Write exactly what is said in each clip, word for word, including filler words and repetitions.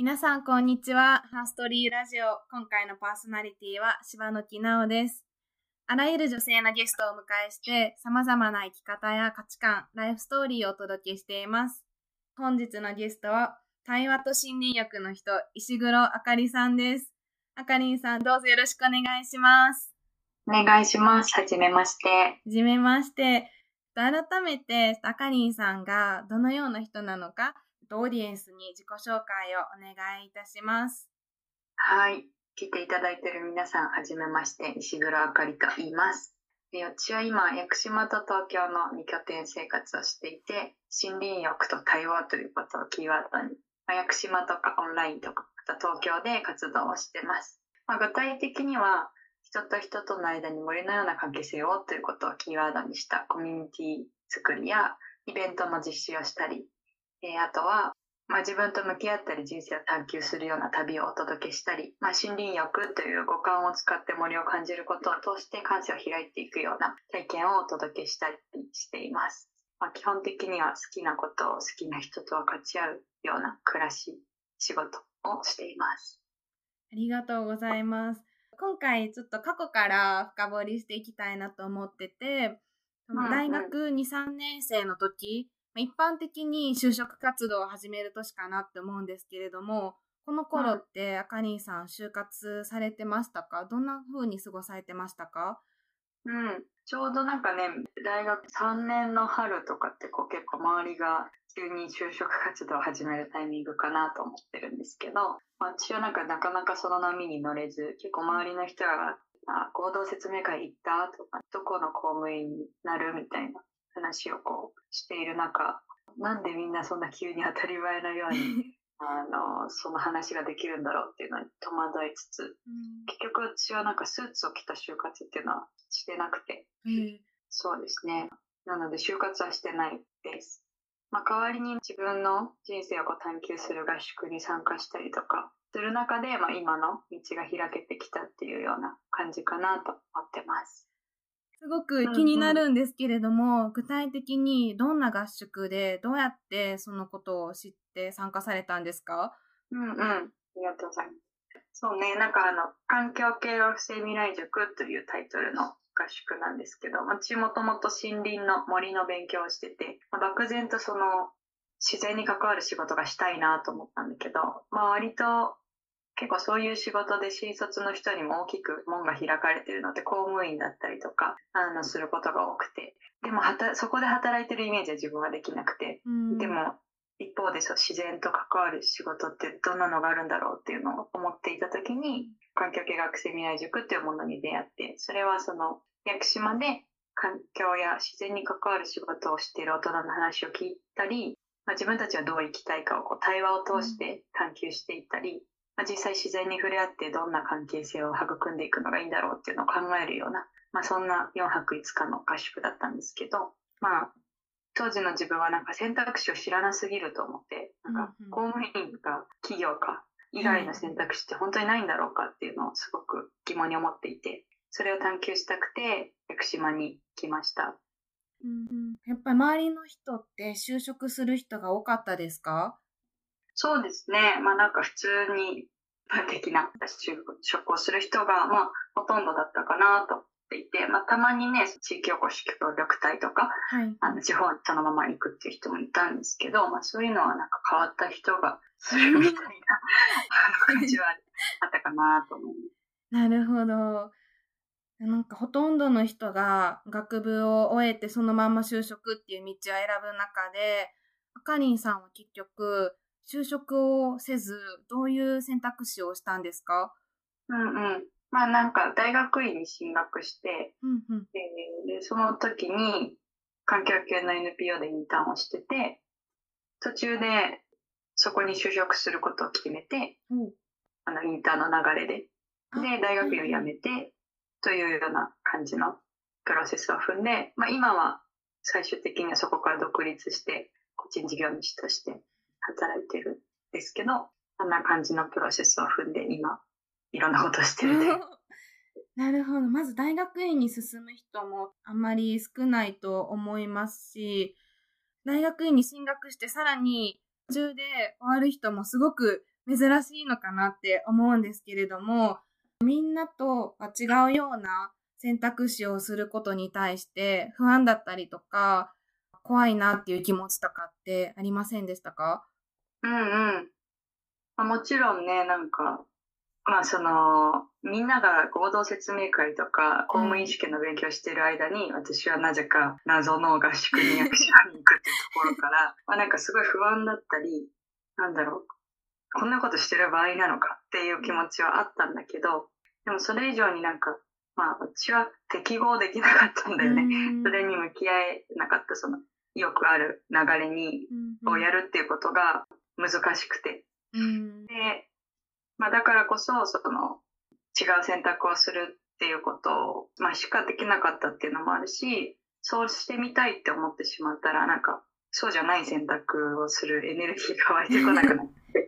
皆さんこんにちは。ハーストリーラジオ。今回のパーソナリティは柴野木直です。あらゆる女性のゲストをお迎えして様々な生き方や価値観、ライフストーリーをお届けしています。本日のゲストは対話と森林浴の人、石黒あかりさんです。あかりんさん、どうぞよろしくお願いします。 お願いします。はじめまして。はじめまして。改めてあかりんさんがどのような人なのか、オーディエンスに自己紹介をお願いいたします。 はい。来ていただいている皆さん、はじめまして。石黒あかりと言います。私は今、屋久島と東京のに拠点生活をしていて、森林浴と対話ということをキーワードに、屋久島とかオンラインとか、東京で活動をしています。まあ、具体的には、人と人との間に森のような関係性をということをキーワードにしたコミュニティ作りやイベントの実施をしたり、えー、あとは、まあ、自分と向き合ったり人生を探求するような旅をお届けしたり、まあ、森林浴という五感を使って森を感じることを通して感性を開いていくような体験をお届けしたりしています。まあ、基本的には好きなことを好きな人と分かち合うような暮らし、仕事をしています。 ありがとうございます。今回ちょっと過去から深掘りしていきたいなと思ってて、うんうん、大学に、さんねん生の時、一般的に就職活動を始める年かなって思うんですけれども、この頃ってあかりんさん就活されてましたか？どんな風に過ごされてましたか？ うん、ちょうどなんかね、大学さんねんの春とかってこう結構周りが急に就職活動を始めるタイミングかなと思ってるんですけど、私はなんかなかなかその波に乗れず、結構周りの人があ合同説明会行ったとか、どこの公務員になるみたいな話をこうしている中、なんでみんなそんな急に当たり前のようにあのその話ができるんだろうっていうのに戸惑いつつ、うん、結局私はなんかスーツを着た就活っていうのはしてなくて、うん、そうですね。なので就活はしてないです。まあ、代わりに自分の人生をこう探求する合宿に参加したりとかする中で、まあ、今の道が開けてきたっていうような感じかなと思ってます。 すごく気になるんですけれども、うんうん、具体的にどんな合宿でどうやってそのことを知って参加されたんですか？ うんうん。ありがとうございます。そうね、なんかあの、環境系学生未来塾というタイトルの合宿なんですけど、私もともと森林の森の勉強をしてて、まあ、漠然とその自然に関わる仕事がしたいなと思ったんだけど、まあ割と結構そういう仕事で新卒の人にも大きく門が開かれているので、公務員だったりとかあのすることが多くて、でもはたそこで働いてるイメージは自分はできなくて、でも一方でそう自然と関わる仕事ってどんなのがあるんだろうっていうのを思っていた時に、環境系学生未来塾っていうものに出会って、それはその屋久島で環境や自然に関わる仕事をしている大人の話を聞いたり、まあ、自分たちはどう生きたいかをこう対話を通して探求していったり、まあ、実際自然に触れ合ってどんな関係性を育んでいくのがいいんだろうっていうのを考えるような、まあ、そんなよんはくいつかの合宿だったんですけど、まあ当時の自分はなんか選択肢を知らなすぎると思って、なんか公務員か企業か以外の選択肢って本当にないんだろうかっていうのをすごく疑問に思っていて、それを探求したくて屋久島に来ました。 うん、やっぱり周りの人って就職する人が多かったですか？ そうですね。まあなんか普通に一般的な就職をする人がまあほとんどだったかなと。いて、まあ、たまにね地域おこし協力隊とか、はい、あの地方にそのまま行くっていう人もいたんですけど、まあ、そういうのはなんか変わった人がするみたいな感じはあったかなと思います。 なるほど。なんかほとんどの人が学部を終えてそのまま就職っていう道を選ぶ中で、あかりんさんは結局就職をせずどういう選択肢をしたんですか？ うんうん。まあなんか大学院に進学して、うんうん、でその時に環境系の エヌピーオー でインターンをしてて、途中でそこに就職することを決めて、うん、あのインターンの流れで、で大学院を辞めて、はい、というような感じのプロセスを踏んで、まあ、今は最終的にはそこから独立して個人事業主として働いてるんですけど、あんな感じのプロセスを踏んで今いろんなことをしてるでなるほど。まず大学院に進む人もあんまり少ないと思いますし、大学院に進学してさらに途中で終わる人もすごく珍しいのかなって思うんですけれども、みんなとは違うような選択肢をすることに対して不安だったりとか、怖いなっていう気持ちとかってありませんでしたか？ うんうん。まあ、もちろんね、なんか、まあその、みんなが合同説明会とか公務員試験の勉強してる間に、私はなぜか謎の合宿に役所に行くっていうところから、まあなんかすごい不安だったり、なんだろう、こんなことしてる場合なのかっていう気持ちはあったんだけど、でもそれ以上になんか、まあ私は適合できなかったんだよね。それに向き合えなかった、その、よくある流れに、をやるっていうことが難しくて。で、まあだからこそ、その、違う選択をするっていうことを、まあしかできなかったっていうのもあるし、そうしてみたいって思ってしまったら、なんか、そうじゃない選択をするエネルギーが湧いてこなくなって。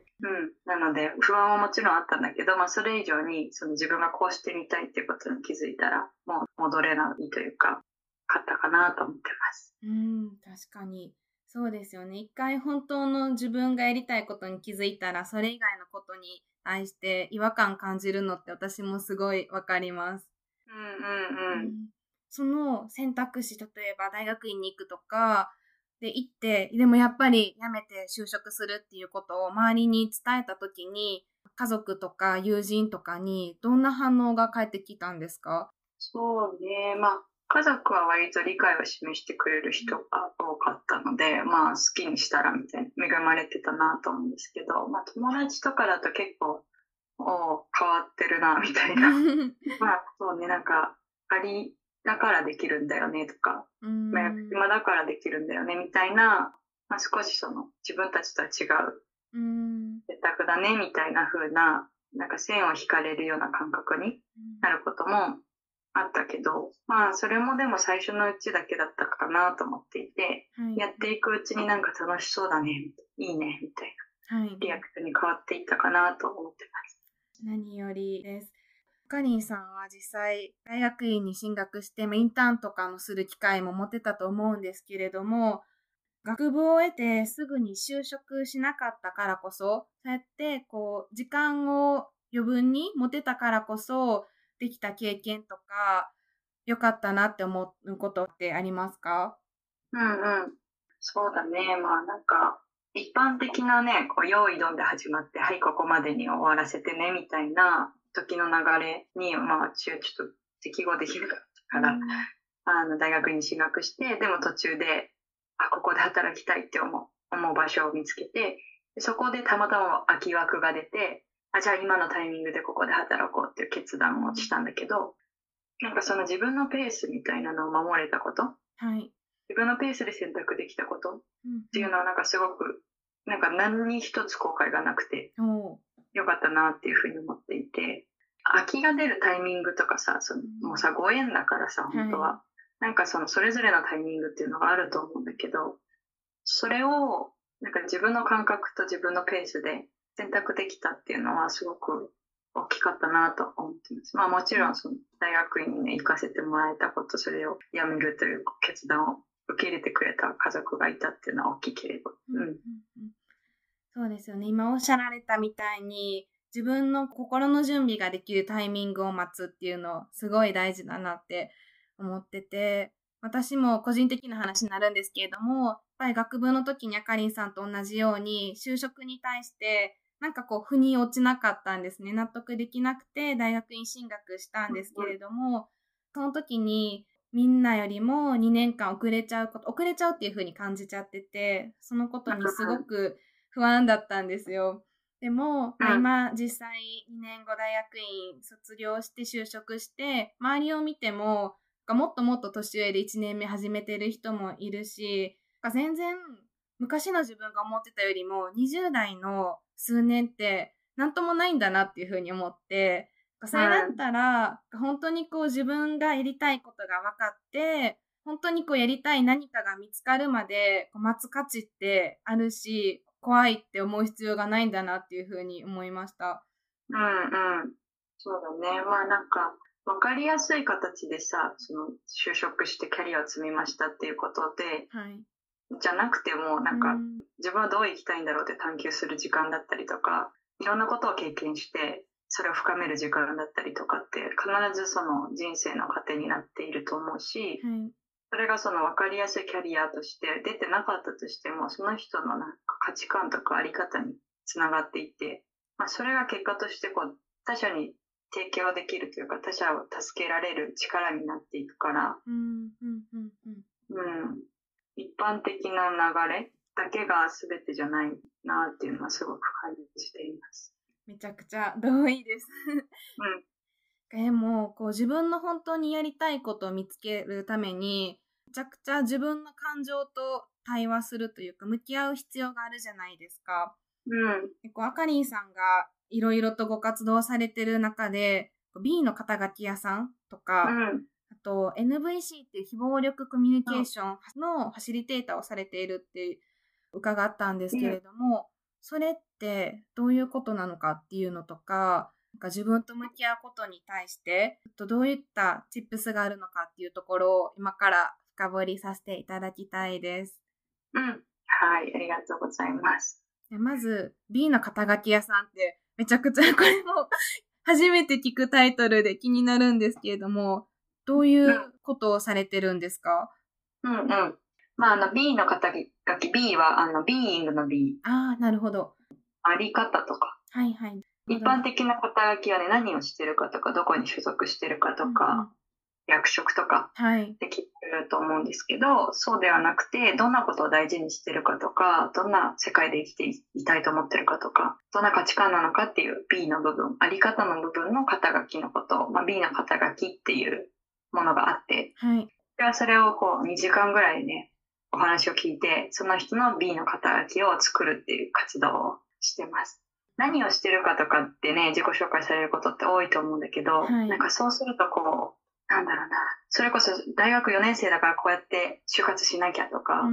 うん。なので、不安はもちろんあったんだけど、まあそれ以上に、その自分がこうしてみたいっていうことに気づいたら、もう戻れないというか、かったかなと思ってます。 うん、確かに。そうですよね。一回本当の自分がやりたいことに気づいたら、それ以外のことに対して違和感感じるのって私もすごいわかります。 うんうんうん。うん、 その選択肢、例えば大学院に行くとか、で行って、でもやっぱり辞めて就職するっていうことを周りに伝えたときに、家族とか友人とかにどんな反応が返ってきたんですか？ そうね。まあ、家族は割と理解を示してくれる人が多かったので、まあ、好きにしたらみたいな、恵まれてたなと思うんですけど、まあ、友達とかだと結構、おう変わってるな、みたいな。まあ、そうね、なんか、ありだからできるんだよね、とか、まあ、今だからできるんだよね、みたいな、まあ、少しその、自分たちとは違う選択だね、みたいな風な、なんか線を引かれるような感覚になることもあったけど、まあそれもでも最初のうちだけだったかなと思っていて、はい、やっていくうちになんか楽しそうだね、いいね、みたいなリアクションに変わっていったかなと思ってます。 何よりです。かりんさんは実際大学院に進学してインターンとかもする機会も持てたと思うんですけれども、学部を得てすぐに就職しなかったからこそ、そうやってこう時間を余分に持てたからこそできた経験とか、良かったなって思うことってありますか？ うんうん。そうだね。まあなんか、一般的なね、こう、用意どんで始まって、はい、ここまでに終わらせてね、みたいな時の流れに、まあ私はちょっと適合できなかったから、うん、あの、大学に進学して、でも途中で、あ、ここで働きたいって思う、思う場所を見つけて、そこでたまたま空き枠が出て、あ、じゃあ今のタイミングでここで働こうっていう決断をしたんだけど、なんかその自分のペースみたいなのを守れたこと、はい、自分のペースで選択できたことっていうのはなんかすごく、なんか何に一つ後悔がなくて、よかったなっていうふうに思っていて、空きが出るタイミングとかさ、そのもうさ、ご縁だからさ、本当は。はい、なんかそのそれぞれのタイミングっていうのがあると思うんだけど、それをなんか自分の感覚と自分のペースで選択できたっていうのはすごく大きかったなと思ってます。まあもちろんその大学院にね、行かせてもらえたこと、それをやめるという決断を受け入れてくれた家族がいたっていうのは大きければ。うんうんうん、 そうですよね。今おっしゃられたみたいに、自分の心の準備ができるタイミングを待つっていうのすごい大事だなって思ってて、私も個人的な話になるんですけれども、やっぱり学部の時にあかりんさんと同じように就職に対してなんかこう腑に落ちなかったんですね。納得できなくて大学院進学したんですけれども、その時にみんなよりもにねんかん遅れちゃうこと、遅れちゃうっていう風に感じちゃってて、そのことにすごく不安だったんですよ。でも、まあ、今実際にねんご大学院卒業して就職して、周りを見ても、もっともっと年上でいちねんめ始めてる人もいるし、全然昔の自分が思ってたよりもにじゅう代の数年ってなんともないんだなっていうふうに思って、それだったら本当にこう自分がやりたいことが分かって、本当にこうやりたい何かが見つかるまで待つ価値ってあるし、怖いって思う必要がないんだなっていうふうに思いました。 うんうん。そうだね。まあなんか、わかりやすい形でさ、その就職してキャリアを積みましたっていうことで、はい、じゃなくてもなんか、うん、自分はどう生きたいんだろうって探求する時間だったりとか、 いろんなことを経験してそれを深める時間だったりとかって必ずその人生の糧になっていると思うし、 はい、 それがその分かりやすいキャリアとして出てなかったとしても、その人のなんか価値観とかあり方につながっていて、まあ、それが結果としてこう他者に提供できるというか、他者を助けられる力になっていくから、 うんうんうんうん、 うん、一般的な流れだけが全てじゃないなっていうのはすごく感じています。 めちゃくちゃ同意です。 うんでもこう自分の本当にやりたいことを見つけるためにめちゃくちゃ自分の感情と対話するというか向き合う必要があるじゃないですか。 うん、 でこうあかりんさんがいろいろとご活動されてる中で B の肩書き屋さんとか、 うん、 あと エヌブイシー っていう非暴力コミュニケーションのファシリテーターをされているって伺ったんですけれども、それってどういうことなのかっていうのとか、なんか自分と向き合うことに対してどういったチップスがあるのかっていうところを今から深掘りさせていただきたいです。 うん、はい、ありがとうございます。 まず B の肩書き屋さんってめちゃくちゃこれも初めて聞くタイトルで気になるんですけれども、どういうことをされてるんですか？ うんうん。まあ、あの B の肩書き B はあのビーイングの B。 ああ、なるほど。 あり方とか。 はいはい。 一般的な肩書きはね、何をしてるかとか、どこに所属してるかとか、うんうん、役職とかで聞いてると思うんですけど、はい、そうではなくて、どんなことを大事にしてるかとか、どんな世界で生きていたいと思ってるかとか、どんな価値観なのかっていう B の部分、あり方の部分の肩書きのこと、まあ、B の肩書きっていうものがあって、 はい、 ではそれをこうにじかんぐらいね、お話を聞いて、その人の B の肩書きを作るっていう活動をしてます。何をしてるかとかってね、自己紹介されることって多いと思うんだけど、はい、なんかそうするとこう、なんだろうな、それこそ大学よねん生だからこうやって就活しなきゃとか、うん、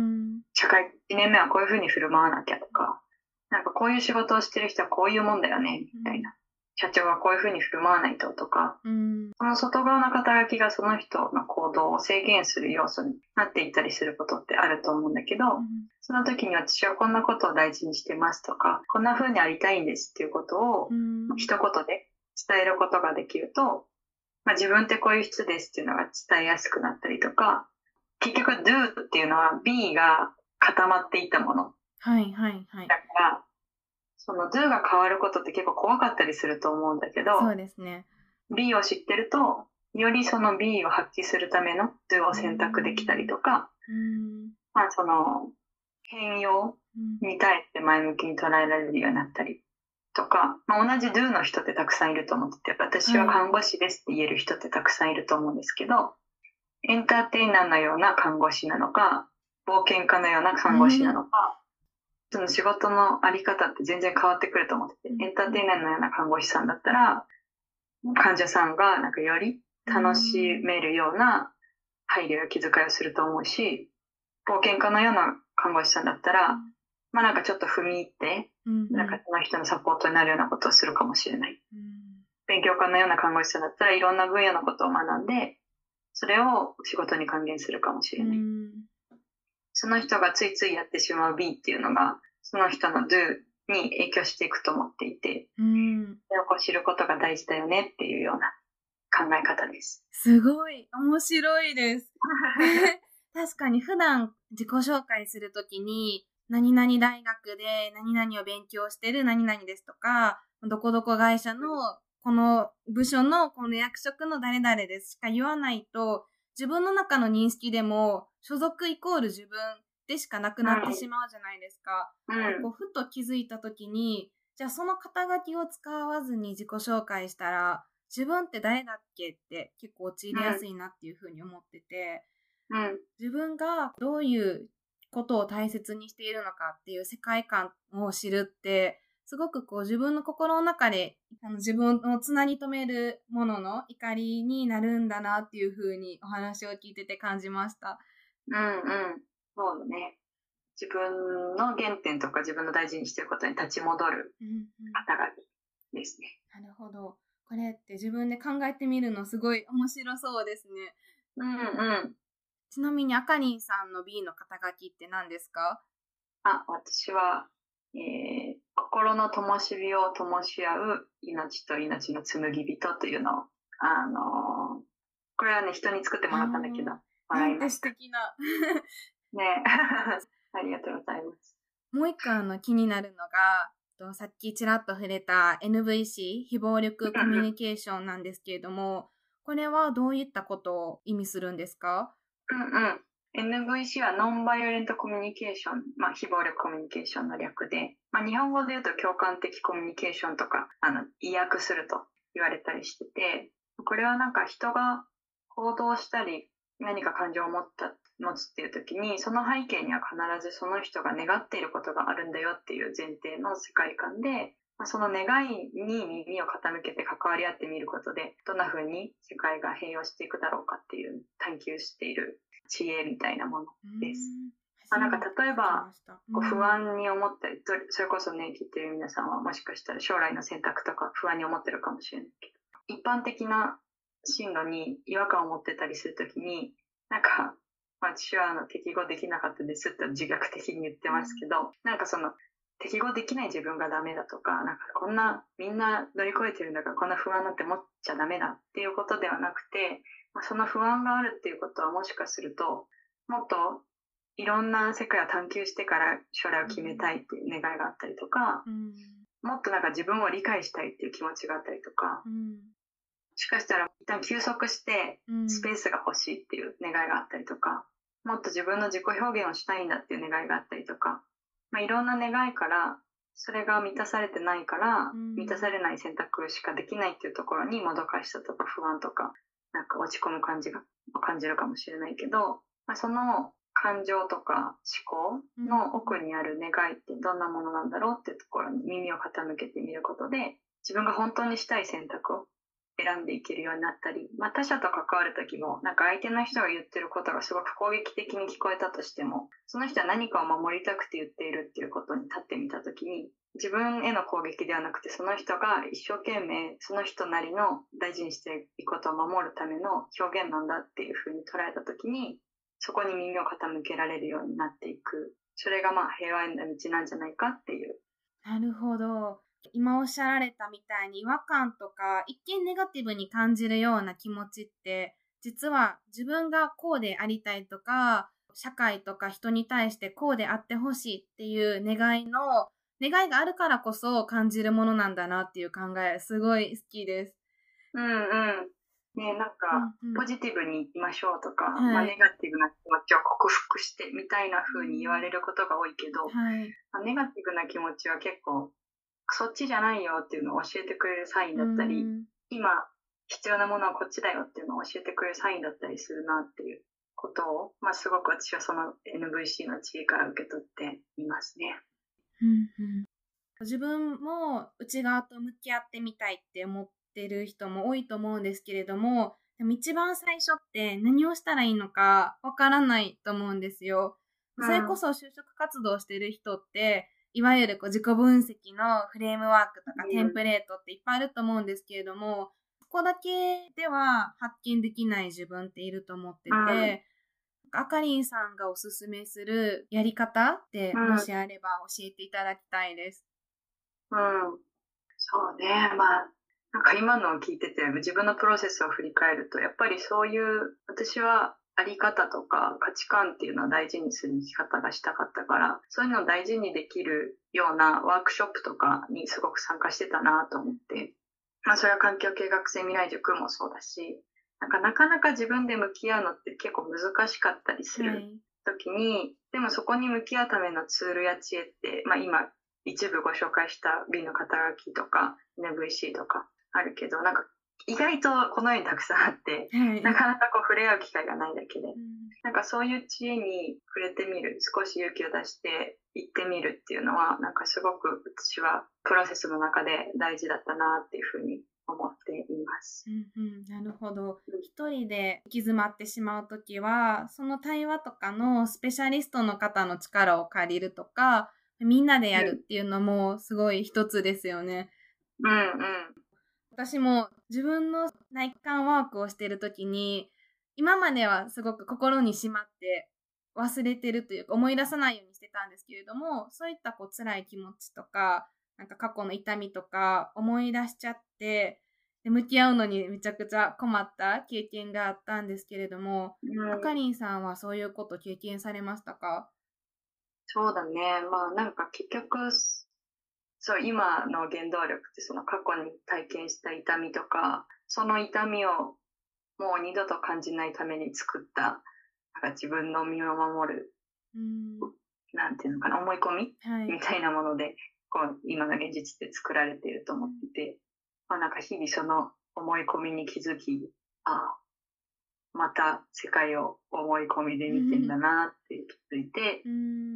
社会いちねんめはこういうふうに振る舞わなきゃとか、なんかこういう仕事をしてる人はこういうもんだよね、みたいな。うん、社長はこういうふうに振る舞わないととか、うん、その外側の肩書きがその人の行動を制限する要素になっていたりすることってあると思うんだけど、うん、その時に私はこんなことを大事にしてますとか、こんな風にありたいんですっていうことを一言で伝えることができると、まあ、自分ってこういう人ですっていうのが伝えやすくなったりとか、結局 do っていうのは B が固まっていたもの。 はいはいはい。 だから、その do が変わることって結構怖かったりすると思うんだけど、 そうですね。 B を知ってると、よりその B を発揮するための do を選択できたりとか、うんまあその変容に対して前向きに捉えられるようになったりとか、まあ、同じ do の人ってたくさんいると思ってて、私は看護師ですって言える人ってたくさんいると思うんですけど、はい、エンターテイナーのような看護師なのか、冒険家のような看護師なのか、その仕事のあり方って全然変わってくると思ってて、エンターテイナーのような看護師さんだったら、患者さんがなんかより楽しめるような配慮や気遣いをすると思うし、冒険家のような看護師さんだったら、まあなんかちょっと踏み入って、なんかその人のサポートになるようなことをするかもしれない。勉強家のような看護師さんだったらいろんな分野のことを学んで、それを仕事に還元するかもしれない。その人がついついやってしまう B っていうのが、その人の Do に影響していくと思っていて、うん、それをこう知ることが大事だよねっていうような考え方です。 すごい面白いです。確かに普段自己紹介するときに、何々大学で何々を勉強してる何々ですとか、どこどこ会社のこの部署のこの役職の誰々ですしか言わないと、自分の中の認識でも所属イコール自分でしかなくなってしまうじゃないですか。うん、こうふと気づいたときに、じゃあその肩書きを使わずに自己紹介したら、自分って誰だっけって結構陥りやすいなっていうふうに思ってて、うん、自分がどういうことを大切にしているのかっていう世界観を知るって、すごくこう自分の心の中であの自分をつなぎ止めるものの怒りになるんだなっていうふうにお話を聞いてて感じました。 うんうん、そうだね。自分の原点とか自分の大事にしていることに立ち戻る肩書きですね、 うんうん。なるほど。これって自分で考えてみるのすごい面白そうですね。 うんうん。 ちなみにあかりんさんの B の肩書きって何ですか？ あ、私は、えー、 心の灯火を灯し合う命と命の紡ぎ人というのを、あのー、これはね、人に作ってもらったんだけど、 なんて素敵な。 ねありがとうございます。 もう一個あの気になるのが、さっきちらっと触れた エヌブイシー、非暴力コミュニケーションなんですけれども、これはどういったことを意味するんですか？ うんうん。エヌブイシー はノンバイオレントコミュニケーション、まあ、非暴力コミュニケーションの略で、まあ、日本語で言うと共感的コミュニケーションとか、あの、意訳すると言われたりしてて、これはなんか人が行動したり、何か感情を持った、持つっていう時に、その背景には必ずその人が願っていることがあるんだよっていう前提の世界観で、まあ、その願いに耳を傾けて関わり合ってみることで、どんな風に世界が変容していくだろうかっていう探求している知恵みたいなものです。まあ、なんか例えばこう不安に思ったり、それこそね、聞いてる皆さんはもしかしたら将来の選択とか不安に思ってるかもしれないけど、一般的な進路に違和感を持ってたりするときに、なんか、まあ、私はあの適合できなかったですって自虐的に言ってますけど、なんかその適合できない自分がダメだとか、なんかこんなみんな乗り越えてるんだからこんな不安なんて持っちゃダメだっていうことではなくて、まあ、その不安があるっていうことはもしかすると、もっといろんな世界を探求してから将来を決めたいっていう願いがあったりとか、うん、もっとなんか自分を理解したいっていう気持ちがあったりとか、うん、もしかしたら一旦休息してスペースが欲しいっていう願いがあったりとか、もっと自分の自己表現をしたいんだっていう願いがあったりとか、まあ、いろんな願いからそれが満たされてないから、うん、満たされない選択しかできないっていうところにもどかしさとか不安とかなんか落ち込む感じが感じるかもしれないけど、まあ、その感情とか思考の奥にある願いってどんなものなんだろうっていうところに耳を傾けてみることで、自分が本当にしたい選択を選んでいけるようになったり、まあ、他者と関わる時もなんか相手の人が言ってることがすごく攻撃的に聞こえたとしても、その人は何かを守りたくて言っているっていうことに立ってみた時に、自分への攻撃ではなくて、その人が一生懸命その人なりの大事にしていくことを守るための表現なんだっていうふうに捉えた時に、そこに耳を傾けられるようになっていく、それがまあ平和への道なんじゃないかっていう。 なるほど。今おっしゃられたみたいに違和感とか一見ネガティブに感じるような気持ちって、実は自分がこうでありたいとか、社会とか人に対してこうであってほしいっていう願いの願いがあるからこそ感じるものなんだなっていう考え、すごい好きです。 うんうん。ね、なんか、うんうん、ポジティブにいきましょうとか、 はい、 まあ、ネガティブな気持ちを克服してみたいな風に言われることが多いけど、 はいまあ、ネガティブな気持ちは結構、そっちじゃないよっていうのを教えてくれるサインだったり、今必要なものはこっちだよっていうのを教えてくれるサインだったりするなっていうことを、まあ、すごく私はその エヌブイシー の知恵から受け取っていますね。 うんうん、自分も内側と向き合ってみたいって思ってる人も多いと思うんですけれども、でも一番最初って何をしたらいいのかわからないと思うんですよ。それこそ就職活動してる人って、いわゆるこう自己分析のフレームワークとかテンプレートっていっぱいあると思うんですけれども、そこだけでは発見できない自分っていると思ってて、あかりんさんがおすすめするやり方ってもしあれば教えていただきたいです。 うん、そうね。まあ、なんか今のを聞いてて自分のプロセスを振り返ると、やっぱりそういう私はあり方とか価値観っていうのを大事にする生き方がしたかったから、そういうのを大事にできるようなワークショップとかにすごく参加してたなと思って、まあそれは環境系学生未来塾もそうだし、なんかなかなか自分で向き合うのって結構難しかったりする時に、はい、でもそこに向き合うためのツールや知恵って、まあ今一部ご紹介した美の肩書きとか エヌブイシー とかあるけど、なんか意外とこの世にたくさんあって、はい、なかなかこう触れ合う機会がないだけで、うん、なんかそういう知恵に触れてみる、少し勇気を出して行ってみるっていうのは、なんかすごく私はプロセスの中で大事だったなっていうふうに思っています。 うんうん、なるほど。一人で行き詰まってしまうときは、その対話とかのスペシャリストの方の力を借りるとか、みんなでやるっていうのもすごい一つですよね。 うんうん。 私も自分の内観ワークをしているときに、今まではすごく心にしまって忘れてるというか思い出さないようにしてたんですけれども、そういったこう辛い気持ちとか、 なんか過去の痛みとか思い出しちゃって、で向き合うのにめちゃくちゃ困った経験があったんですけれども、 うん、 あかりんさんはそういうこと経験されましたか？ そうだね。まあなんか結局、そう、今の原動力ってその過去に体験した痛みとか、その痛みをもう二度と感じないために作った、なんか自分の身を守る、 うん、 なんていうのかな、思い込みはい。 みたいなもので、こう、今の現実って作られていると思ってて、まあなんか日々その思い込みに気づき、ああ、また世界を思い込みで見てんだなって気づいて、 うん、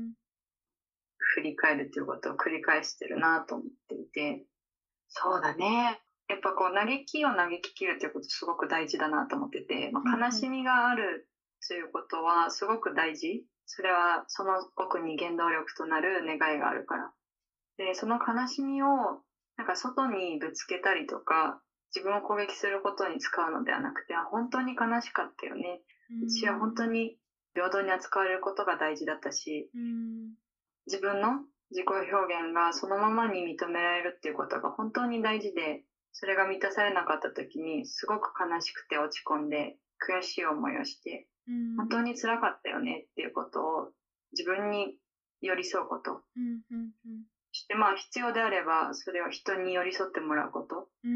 振り返るということを繰り返してるなと思っていて、そうだね。やっぱこう嘆きを嘆き切るということすごく大事だなと思ってて、まあ、悲しみがあるということはすごく大事。それはその奥に原動力となる願いがあるから。で、その悲しみをなんか外にぶつけたりとか、自分を攻撃することに使うのではなくて、あ、本当に悲しかったよね。私は本当に平等に扱われることが大事だったし、 うん、 自分の自己表現がそのままに認められるっていうことが本当に大事で、それが満たされなかった時にすごく悲しくて落ち込んで悔しい思いをして、 うん、 本当に辛かったよねっていうことを自分に寄り添うこと。 うん、うん、 そしてまあ必要であればそれを人に寄り添ってもらうこと。 うん、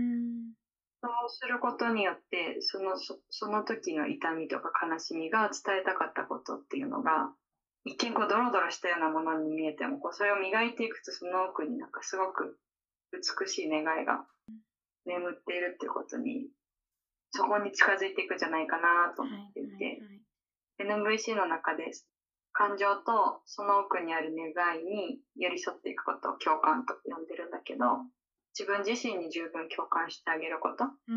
そうすることによってそのそその時の痛みとか悲しみが伝えたかったことっていうのが一見こうドロドロしたようなものに見えてもこうそれを磨いていくとその奥になんかすごく美しい願いが眠っているっていうことにそこに近づいていくんじゃないかなと思っていて、エヌブイシー の中で感情とその奥にある願いに寄り添っていくことを共感と呼んでるんだけど、自分自身に十分共感してあげること、 うん、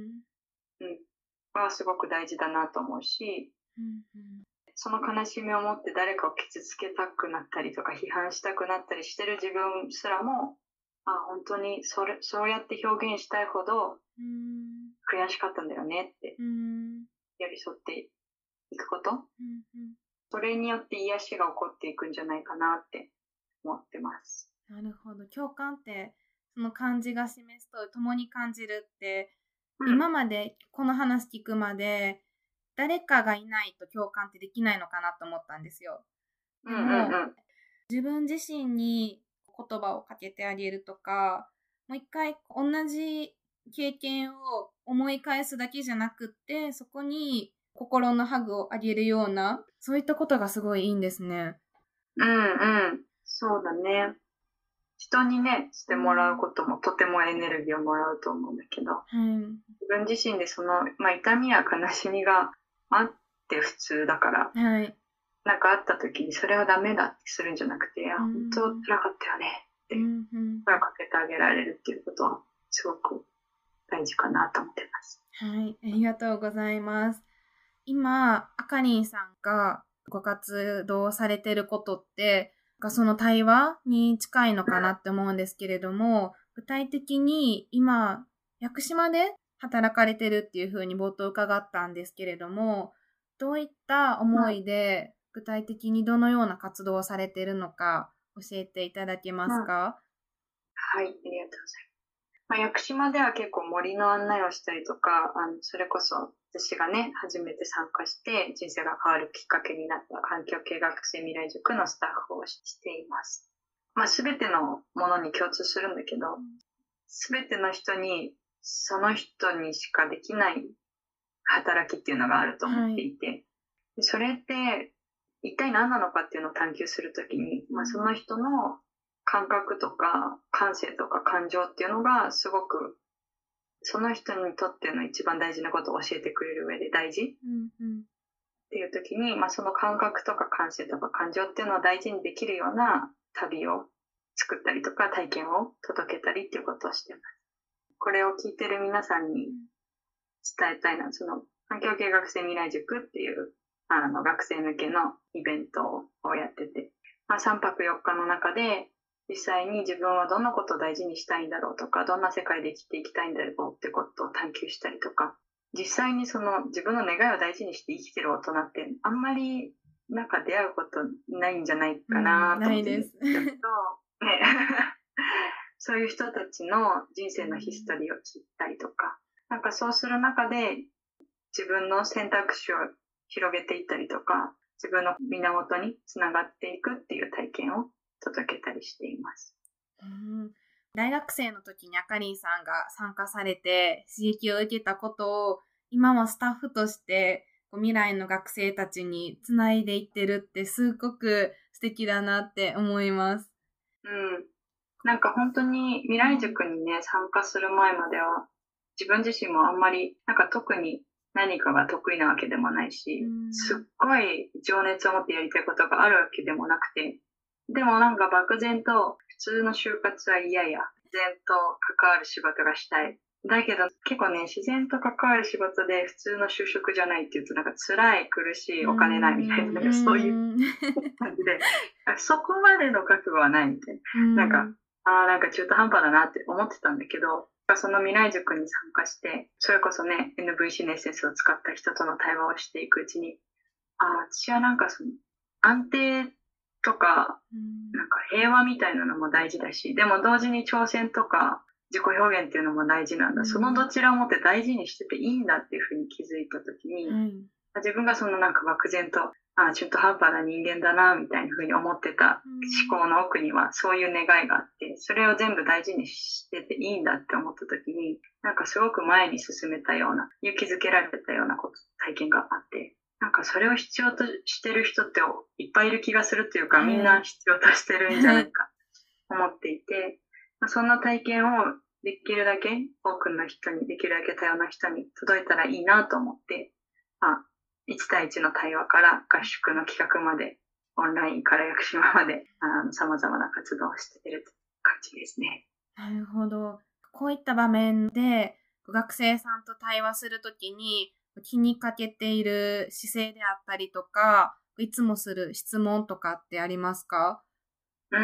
うん、はすごく大事だなと思うし、 うん、 その悲しみを持って誰かを傷つけたくなったりとか批判したくなったりしてる自分すらも、あ、本当にそれそうやって表現したいほどうん、 悔しかったんだよねってうん、 寄り添っていくこと、 うん、 それによって癒しが起こっていくんじゃないかなって思ってます。 なるほど。共感って、その感じが示すと、共に感じるって、 うん、 今まで、この話聞くまで、誰かがいないと共感ってできないのかなと思ったんですよ。でも、 うんうんうん、 自分自身に言葉をかけてあげるとか、もう一回同じ経験を思い返すだけじゃなくって、そこに心のハグをあげるような、そういったことがすごいいいんですね。 うんうん、そうだね。人にね、してもらうこともとてもエネルギーをもらうと思うんだけど、 はい。 自分自身でその、まあ、痛みや悲しみがあって普通だから、 はい。 なんかあった時にそれはダメだってするんじゃなくて、いや、 う本当ん。 辛かったよねってうんうん。 声をかけてあげられるっていうことはすごく大事かなと思ってます。 はい。ありがとうございます。今、あかりんさんがご活動されてることって、その対話に近いのかなって思うんですけれども、具体的に今、屋久島で働かれてるっていうふうに冒頭伺ったんですけれども、どういった思いで具体的にどのような活動をされているのか教えていただけますか？ はい、ありがとうございます。まあ、屋久島では結構森の案内をしたりとか、あのそれこそ私がね、初めて参加して人生が変わるきっかけになった環境系学生未来塾のスタッフをしています。まあ、全てのものに共通するんだけど、全ての人にその人にしかできない働きっていうのがあると思っていて、はい、それって一体何なのかっていうのを探求するときに、まあ、その人の感覚とか感性とか感情っていうのがすごくその人にとっての一番大事なことを教えてくれる上で大事っていう時に、まあ、その感覚とか感性とか感情っていうのを大事にできるような旅を作ったりとか体験を届けたりっていうことをしてます。これを聞いてる皆さんに伝えたいのは、その環境系学生未来塾っていうあの学生向けのイベントをやってて、まあ、さんぱくよっかの中で実際に自分はどんなことを大事にしたいんだろうとか、どんな世界で生きていきたいんだろうってことを探求したりとか、実際にその自分の願いを大事にして生きてる大人ってあんまりなんか出会うことないんじゃないかなと思ってるんですけど、ね、 そういう人たちの人生のヒストリーを聞いたりとか、なんかそうする中で自分の選択肢を広げていったりとか、自分の源につながっていくっていう体験を届けたりしています。 うん、大学生の時にあかりんさんが参加されて刺激を受けたことを今はスタッフとして未来の学生たちにつないでいってるってすごく素敵だなって思います。 うん。なんか本当に未来塾にね、参加する前までは自分自身もあんまりなんか特に何かが得意なわけでもないし、すっごい情熱を持ってやりたいことがあるわけでもなくて、でもなんか漠然と普通の就活は嫌や、自然と関わる仕事がしたい。だけど結構ね、自然と関わる仕事で普通の就職じゃないっていうとなんか辛い、苦しい、お金ないみたいな、なんかそういう感じで、そこまでの覚悟はないみたいな。なんか、ああ、なんか中途半端だなって思ってたんだけど、その未来塾に参加して、それこそね、エヌブイシー のエッセンスを使った人との対話をしていくうちに、ああ、私はなんかその、安定とか、なんか平和みたいなのも大事だし、でも同時に挑戦とか自己表現っていうのも大事なんだ。そのどちらもって大事にしてていいんだっていうふうに気づいたときに、自分がそのなんか漠然と、ああ、中途半端な人間だな、みたいなふうに思ってた思考の奥にはそういう願いがあって、それを全部大事にしてていいんだって思った時に、なんかすごく前に進めたような、勇気づけられたようなこと、体験があって、なんかそれを必要としてる人っていっぱいいる気がするっていうか、みんな必要としてるんじゃないか思っていて、そんな体験をできるだけ多くの人に、できるだけ多様な人に届いたらいいなと思って、まあいち対いちの対話から合宿の企画まで、オンラインから屋久島まで、あの、様々な活動をしている感じですね。 なるほど。こういった場面で、学生さんと対話するときに、気にかけている姿勢であったりとか、いつもする質問とかってありますか？ うん。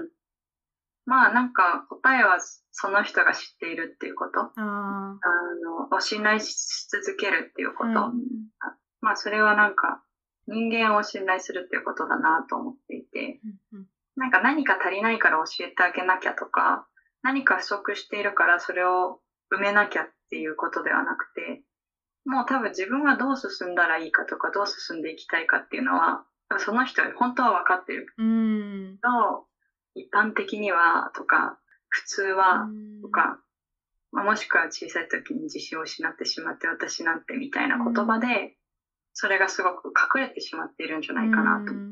まあなんか答えはその人が知っているっていうこと。ああの、信頼し続けるっていうこと。はい、まあそれはなんか人間を信頼するっていうことだなと思っていて、うんうん、なんか何か足りないから教えてあげなきゃとか、何か不足しているからそれを埋めなきゃっていうことではなくて、もう多分自分はどう進んだらいいかとかどう進んでいきたいかっていうのは、その人本当は分かってる。うんと一般的にはとか、普通はとか、まあ、もしくは小さい時に自信を失ってしまって私なんてみたいな言葉で、それがすごく隠れてしまっているんじゃないかなと思って、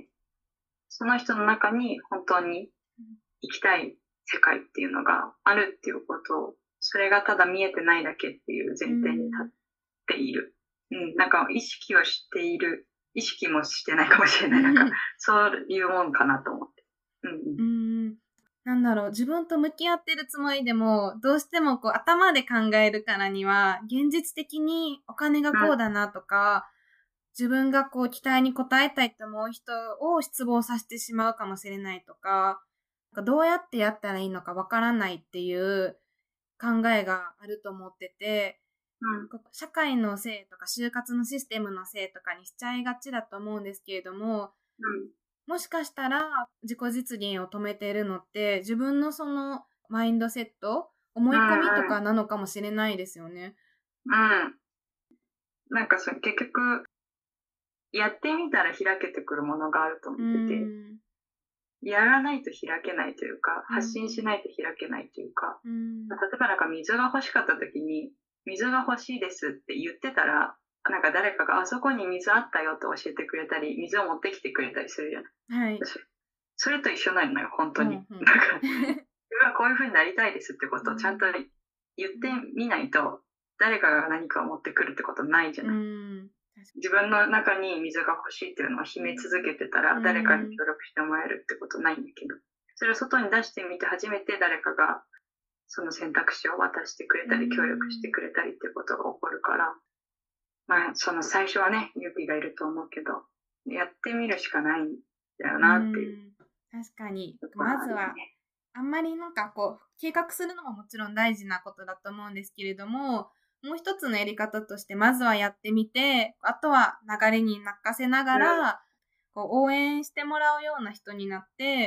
その人の中に本当に生きたい世界っていうのがあるっていうことを、それがただ見えてないだけっていう前提に立っている。うん、なんか意識をしている、意識もしてないかもしれない。なんかそういうもんかなと思って。 うん、うんなんだろう、自分と向き合ってるつもりでも、どうしてもこう頭で考えるからには、現実的にお金がこうだなとか、うん、自分がこう期待に応えたいと思う人を失望させてしまうかもしれないとか、どうやってやったらいいのかわからないっていう考えがあると思ってて、うん、社会のせいとか就活のシステムのせいとかにしちゃいがちだと思うんですけれども、うんもしかしたら自己実現を止めているのって自分のそのマインドセット、思い込みとかなのかもしれないですよね。 うん。なんかそ結局やってみたら開けてくるものがあると思ってて、やらないと開けないというか、発信しないと開けないというか、うん例えばなんか水が欲しかった時に水が欲しいですって言ってたら。なんか誰かがあそこに水あったよって教えてくれたり、水を持ってきてくれたりするじゃない。はい。それと一緒なのよ、本当に。うんうん、なんか、自分はこういう風になりたいですってことをちゃんと言ってみないと、誰かが何かを持ってくるってことないじゃない。うん、自分の中に水が欲しいっていうのを秘め続けてたら、誰かに協力してもらえるってことないんだけど、それを外に出してみて初めて誰かがその選択肢を渡してくれたり、協力してくれたりっていうことが起こるから、まあ、その最初はね、勇気がいると思うけど、やってみるしかないんだよなっていう。 うん確かに。まずは、あんまりなんかこう、計画するのももちろん大事なことだと思うんですけれども、もう一つのやり方として、まずはやってみて、あとは流れに任せながら、うん、こう応援してもらうような人になって、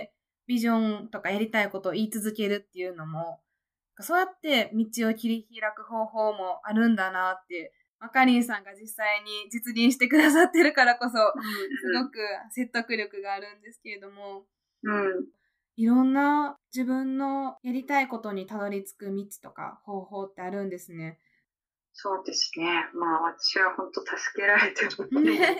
ビジョンとかやりたいことを言い続けるっていうのも、そうやって道を切り開く方法もあるんだなって、あかりんさんが実際に実現してくださってるからこそ、すごく説得力があるんですけれども、 うん、 いろんな自分のやりたいことにたどり着く道とか方法ってあるんですね。 そうですね。まあ私は本当助けられてるので、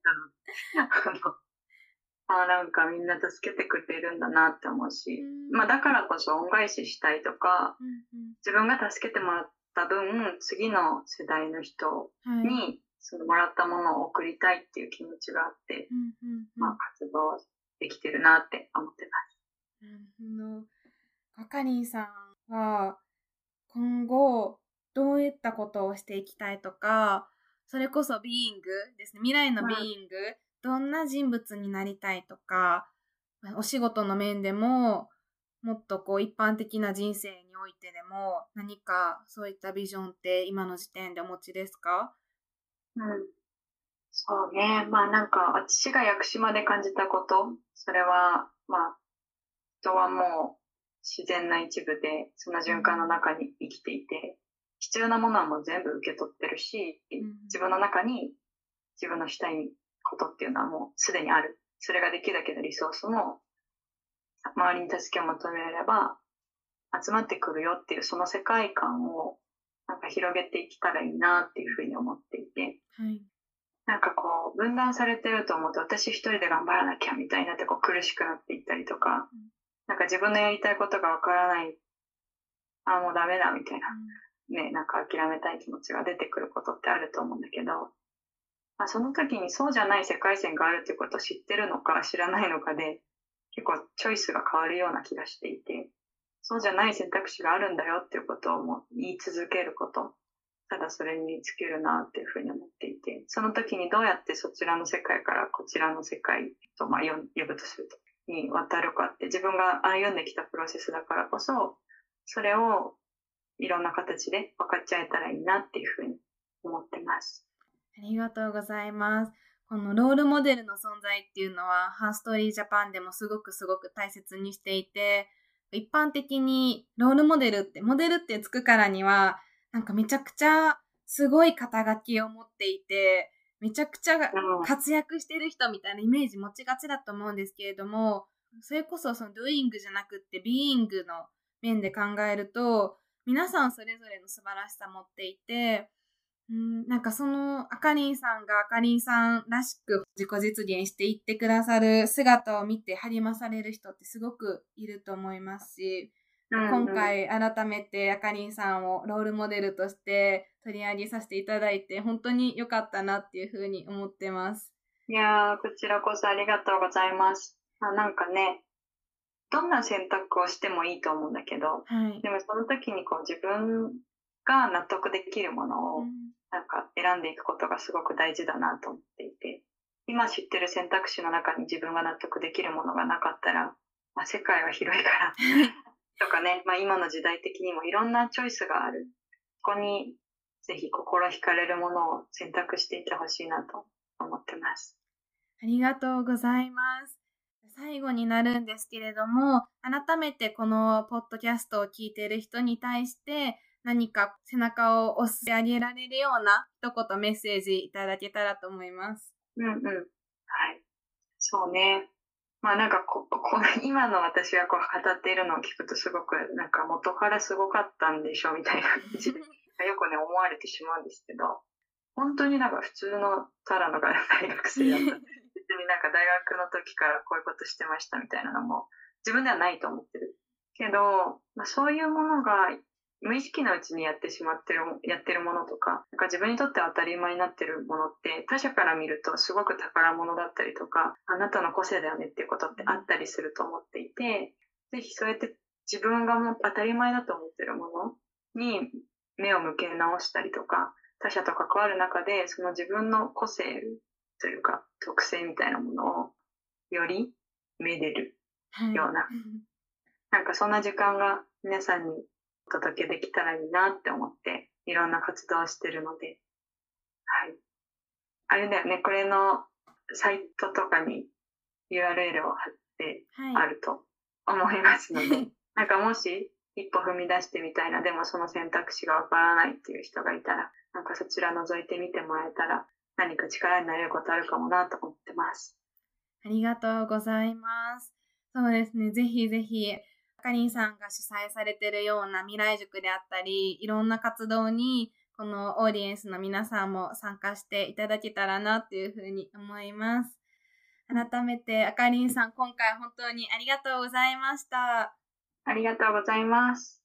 ああ、なんかみんな助けてくれるんだなって思うし、まあだからこそ恩返ししたいとか、自分が助けてもらった分、次の世代の人に、はい、そのもらったものを送りたいっていう気持ちがあって、うんうんうん、まあ活動できてるなって思ってます。 なるほど。あかりんさんは今後どういったことをしていきたいとか、それこそビーイングですね、未来のビーイング、うん、どんな人物になりたいとか、お仕事の面でももっとこう一般的な人生においてでも何かそういったビジョンって今の時点でお持ちですか？ うん、そうね。まあなんか私が屋久島で感じたこと、それはまあ人はもう自然な一部でその循環の中に生きていて、必要なものはもう全部受け取ってるし、自分の中に自分のしたいことっていうのはもうすでにある。それができるだけのリソースも周りに助けを求めれば集まってくるよっていうその世界観をなんか広げていけたらいいなっていうふうに思っていて、はい、なんかこう分断されてると思うと私一人で頑張らなきゃみたいになってこう苦しくなっていったりとか、うん、なんか自分のやりたいことがわからない、あ、もうダメだみたいな、うん、ね、なんか諦めたい気持ちが出てくることってあると思うんだけど、まあ、その時にそうじゃない世界線があるっていうことを知ってるのか知らないのかで結構チョイスが変わるような気がしていて、そうじゃない選択肢があるんだよっていうことをもう言い続けること、ただそれに尽きるなっていうふうに思っていて、その時にどうやってそちらの世界からこちらの世界と、まあ、呼ぶとするとに渡るかって自分が歩んできたプロセスだからこそ、それをいろんな形で分かっちゃえたらいいなっていうふうに思ってます。 ありがとうございます。このロールモデルの存在っていうのはハーストーリージャパンでもすごくすごく大切にしていて、一般的にロールモデルって、モデルってつくからには、なんかめちゃくちゃすごい肩書きを持っていて、めちゃくちゃ活躍してる人みたいなイメージ持ちがちだと思うんですけれども、それこそその doing じゃなくって being の面で考えると、皆さんそれぞれの素晴らしさ持っていて、うん、なんかそのあかりんさんがあかりんさんらしく自己実現していってくださる姿を見て励まされる人ってすごくいると思いますし、うんうん、今回改めてあかりんさんをロールモデルとして取り上げさせていただいて本当に良かったなっていうふうに思ってます。 いやー、こちらこそありがとうございます。あ、なんかね、どんな選択をしてもいいと思うんだけど、はい、でもその時にこう自分が納得できるものをなんか選んでいくことがすごく大事だなと思っていて、今知ってる選択肢の中に自分が納得できるものがなかったら、まあ、世界は広いからとかね、まあ、今の時代的にもいろんなチョイスがある。ここにぜひ心惹かれるものを選択していってほしいなと思ってます。 ありがとうございます。最後になるんですけれども、改めてこのポッドキャストを聞いている人に対して何か背中を押してあげられるような一言メッセージいただけたらと思います。 うんうん。はい。そうね。まあなんかここ今の私がこう語っているのを聞くとすごくなんか元からすごかったんでしょみたいな感じでよくね思われてしまうんですけど、本当になんか普通のただの大学生だった。別になんか大学の時からこういうことしてましたみたいなのも自分ではないと思ってるけど、まあ、そういうものが無意識のうちにやってしまってるやってるものとか、なんか自分にとって当たり前になってるものって他者から見るとすごく宝物だったりとか、あなたの個性だよねっていうことってあったりすると思っていて、ぜひそうやって自分がもう当たり前だと思ってるものに目を向け直したりとか、他者と関わる中でその自分の個性というか特性みたいなものをよりめでるような、はい、なんかそんな時間が皆さんにお届けできたらいいなって思っていろんな活動をしてるので、はい、あれだよね、これのサイトとかに ユーアールエル を貼ってあると、はい、 思いますので、なんかもし一歩踏み出してみたいな、でもその選択肢がわからないっていう人がいたら、なんかそちら覗いてみてもらえたら、何か力になれることあるかもなと思ってます。 ありがとうございます。そうですね、ぜひぜひ、あかりんさんが主催されてるような未来塾であったり、いろんな活動に、このオーディエンスの皆さんも参加していただけたらなっていうふうに思います。改めて、あかりんさん、今回本当にありがとうございました。 ありがとうございます。